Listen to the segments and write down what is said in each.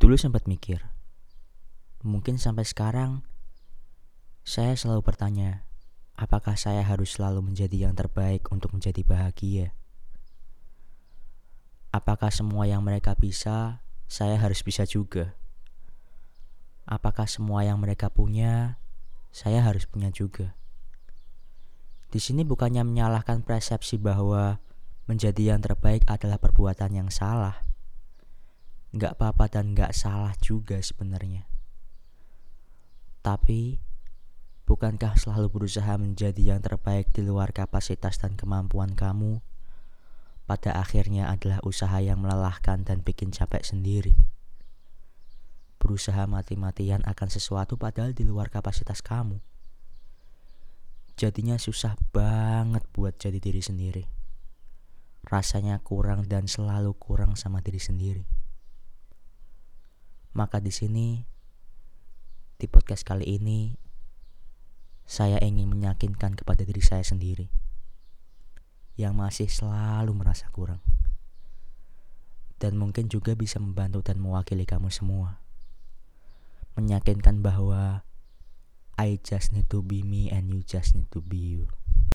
Dulu sempat mikir, mungkin sampai sekarang saya selalu bertanya, apakah saya harus selalu menjadi yang terbaik untuk menjadi bahagia? Apakah semua yang mereka bisa, saya harus bisa juga? Apakah semua yang mereka punya, saya harus punya juga? Di sini bukannya menyalahkan persepsi bahwa menjadi yang terbaik adalah perbuatan yang salah. Nggak apa-apa dan nggak salah juga sebenarnya. Tapi, bukankah selalu berusaha menjadi yang terbaik di luar kapasitas dan kemampuan kamu, pada akhirnya adalah usaha yang melelahkan dan bikin capek sendiri? Berusaha mati-matian akan sesuatu padahal di luar kapasitas kamu. Jadinya susah banget buat jadi diri sendiri. Rasanya kurang dan selalu kurang sama diri sendiri. Maka di sini, di podcast kali ini, saya ingin meyakinkan kepada diri saya sendiri yang masih selalu merasa kurang. Dan mungkin juga bisa membantu dan mewakili kamu semua. Meyakinkan bahwa I just need to be me and you just need to be you.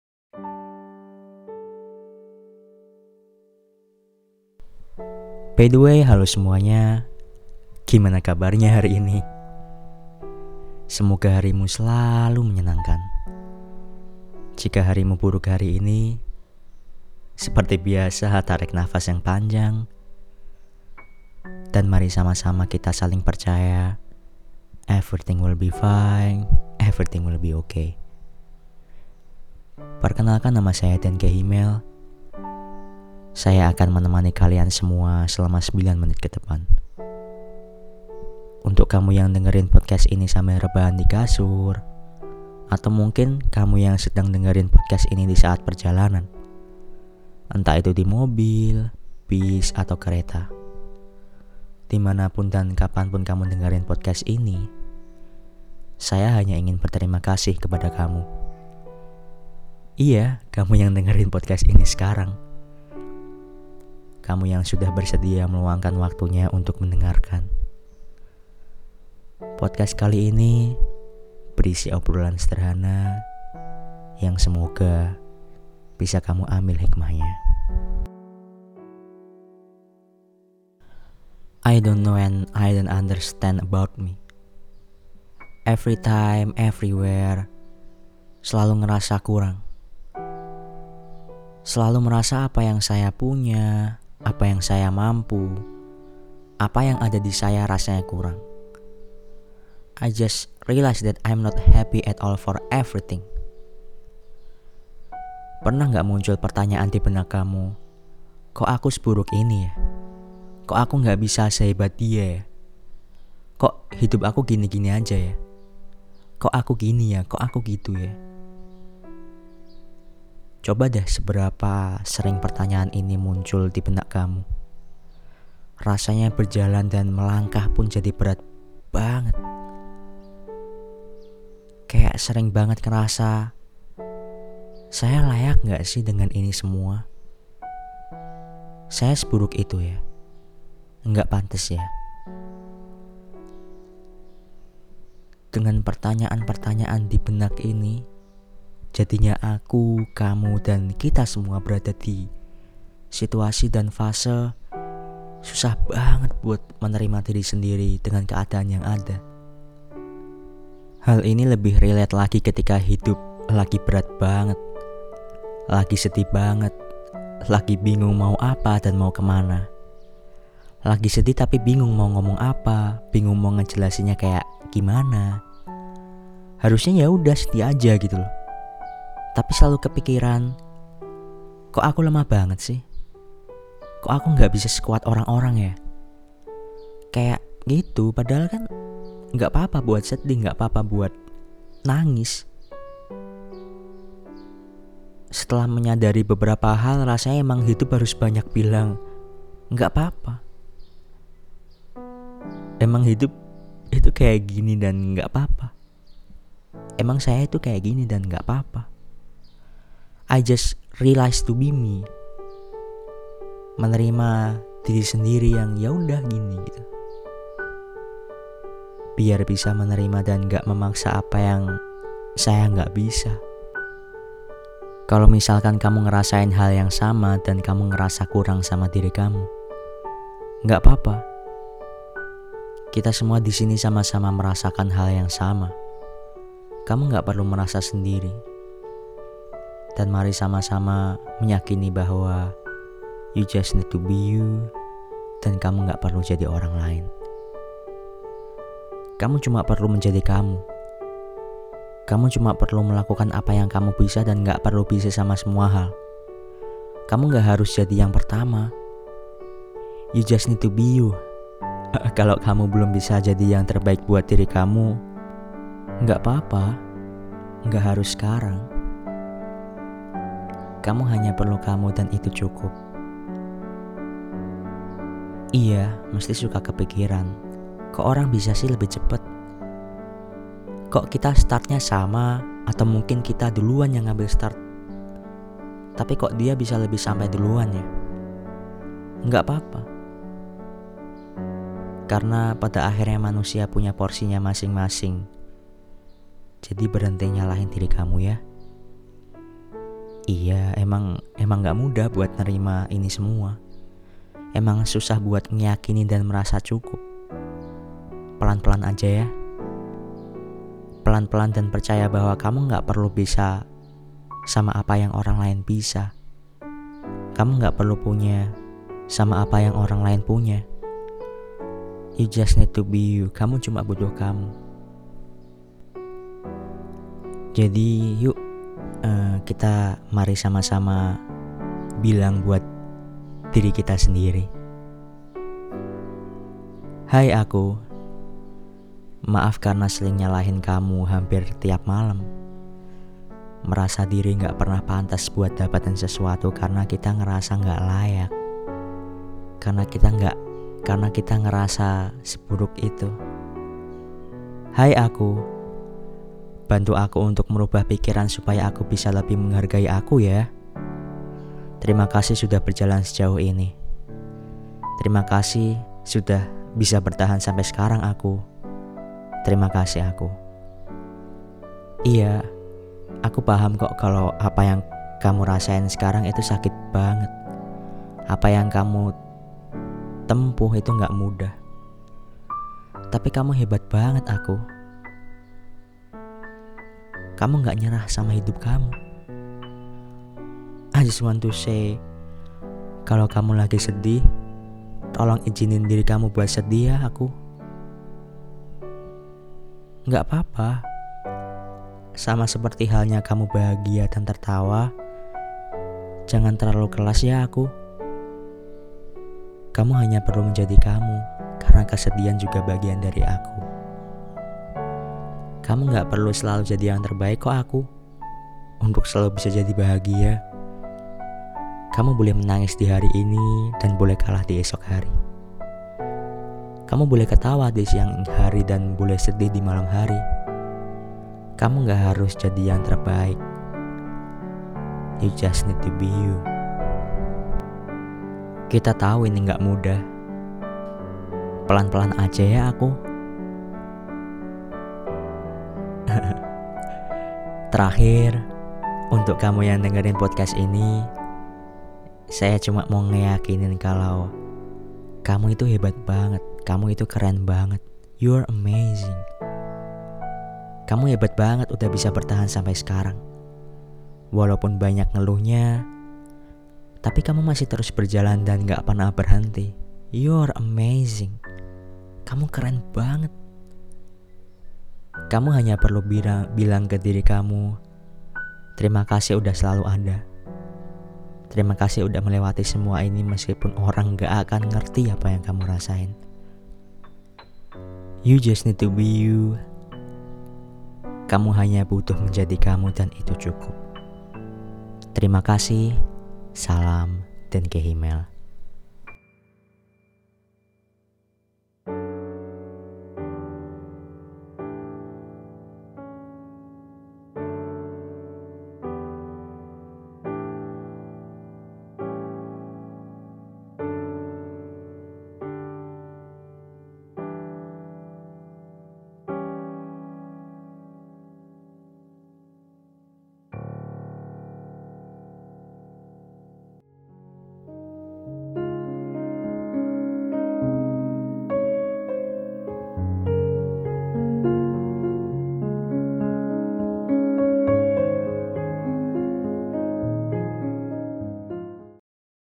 By the way, halo semuanya. Gimana kabarnya hari ini? Semoga harimu selalu menyenangkan. Jika harimu buruk hari ini, seperti biasa tarik nafas yang panjang. Dan mari sama-sama kita saling percaya. Everything will be fine. Everything will be okay. Perkenalkan, nama saya Dan Himel. Saya akan menemani kalian semua selama 9 menit ke depan. Untuk kamu yang dengerin podcast ini sambil rebahan di kasur, atau mungkin kamu yang sedang dengerin podcast ini di saat perjalanan, entah itu di mobil, bis, atau kereta. Dimanapun dan kapanpun kamu dengerin podcast ini, saya hanya ingin berterima kasih kepada kamu. Iya, kamu yang dengerin podcast ini sekarang. Kamu yang sudah bersedia meluangkan waktunya untuk mendengarkan. Podcast kali ini berisi obrolan sederhana yang semoga bisa kamu ambil hikmahnya. I don't know and I don't understand about me. Every time, everywhere, selalu ngerasa kurang. Selalu merasa apa yang saya punya, apa yang saya mampu, apa yang ada di saya rasanya kurang. I just realized that I'm not happy at all for everything. Pernah gak muncul pertanyaan di benak kamu, kok aku seburuk ini ya? Kok aku gak bisa sehebat dia ya? Kok hidup aku gini-gini aja ya? Kok aku gini ya? Kok aku gitu ya? Coba deh seberapa sering pertanyaan ini muncul di benak kamu. Rasanya berjalan dan melangkah pun jadi berat banget. Kayak sering banget ngerasa, saya layak gak sih dengan ini semua? Saya seburuk itu ya? Enggak pantas ya? Dengan pertanyaan-pertanyaan di benak ini, jadinya aku, kamu, dan kita semua berada di situasi dan fase susah banget buat menerima diri sendiri dengan keadaan yang ada. Hal ini lebih relate lagi ketika hidup lagi berat banget, lagi sedih banget, lagi bingung mau apa dan mau kemana. Lagi sedih tapi bingung mau ngomong apa, bingung mau ngejelasinnya kayak gimana. Harusnya ya udah sedih aja gitu loh. Tapi selalu kepikiran, kok aku lemah banget sih? Kok aku gak bisa sekuat orang-orang ya? Kayak gitu, padahal kan gak apa-apa buat sedih, gak apa-apa buat nangis. Setelah menyadari beberapa hal, rasanya emang hidup harus banyak bilang gak apa-apa. Emang hidup itu kayak gini dan gak apa-apa. Emang saya itu kayak gini dan gak apa-apa. I just realized to be me. Menerima diri sendiri yang ya udah gini gitu. biar bisa menerima dan gak memaksa apa yang saya gak bisa. Kalau misalkan kamu ngerasain hal yang sama dan kamu ngerasa kurang sama diri kamu, gak apa-apa. Kita semua di sini sama-sama merasakan hal yang sama. Kamu gak perlu merasa sendiri. Dan mari sama-sama meyakini bahwa you just need to be you, dan kamu gak perlu jadi orang lain. Kamu cuma perlu menjadi kamu. Kamu cuma perlu melakukan apa yang kamu bisa dan gak perlu bisa sama semua hal. Kamu gak harus jadi yang pertama. You just need to be you. Kalau kamu belum bisa jadi yang terbaik buat diri kamu, gak apa-apa. Gak harus sekarang. Kamu hanya perlu kamu dan itu cukup. Iya, mesti suka kepikiran. Kok orang bisa sih lebih cepat? Kok kita startnya sama? Atau mungkin kita duluan yang ngambil start? Tapi kok dia bisa lebih sampai duluan ya? Nggak apa-apa. Karena pada akhirnya manusia punya porsinya masing-masing. Jadi berhenti nyalahin diri kamu ya. Iya, emang gak mudah buat nerima ini semua. Emang susah buat ngeyakini dan merasa cukup. Pelan-pelan aja ya. Pelan-pelan dan percaya bahwa kamu gak perlu bisa sama apa yang orang lain bisa. Kamu gak perlu punya sama apa yang orang lain punya. You just need to be you. Kamu cuma butuh kamu. Jadi yuk kita mari sama-sama bilang buat diri kita sendiri. Hai aku, maaf karena sering nyalahin kamu hampir tiap malam. Merasa diri gak pernah pantas buat dapatin sesuatu karena kita ngerasa gak layak. Karena kita ngerasa seburuk itu. Hai aku, bantu aku untuk merubah pikiran supaya aku bisa lebih menghargai aku ya. Terima kasih sudah berjalan sejauh ini. Terima kasih sudah bisa bertahan sampai sekarang aku. Terima kasih aku. Iya, aku paham kok kalau apa yang kamu rasain sekarang itu sakit banget. Apa yang kamu tempuh itu gak mudah. Tapi kamu hebat banget aku. Kamu gak nyerah sama hidup kamu. I just want to say, kalau kamu lagi sedih, tolong izinin diri kamu buat sedih ya aku. Gak apa-apa. Sama seperti halnya kamu bahagia dan tertawa, jangan terlalu keras ya aku. Kamu hanya perlu menjadi kamu, karena kesedihan juga bagian dari aku. Kamu gak perlu selalu jadi yang terbaik kok aku. Untuk selalu bisa jadi bahagia. Kamu boleh menangis di hari ini dan boleh kalah di esok hari. Kamu boleh ketawa di siang hari dan boleh sedih di malam hari. Kamu gak harus jadi yang terbaik. You just need to be you. Kita tahu ini gak mudah. Pelan-pelan aja ya aku. Terakhir, untuk kamu yang dengerin podcast ini, saya cuma mau ngeyakinin kalau kamu itu hebat banget. Kamu itu keren banget. You're amazing. Kamu hebat banget udah bisa bertahan sampai sekarang. Walaupun banyak ngeluhnya, tapi kamu masih terus berjalan dan gak pernah berhenti. You're amazing. Kamu keren banget. Kamu hanya perlu bilang ke diri kamu, terima kasih udah selalu ada. Terima kasih udah melewati semua ini meskipun orang gak akan ngerti apa yang kamu rasain. You just need to be you. Kamu hanya butuh menjadi kamu dan itu cukup. Terima kasih. Salam dan Kehimel.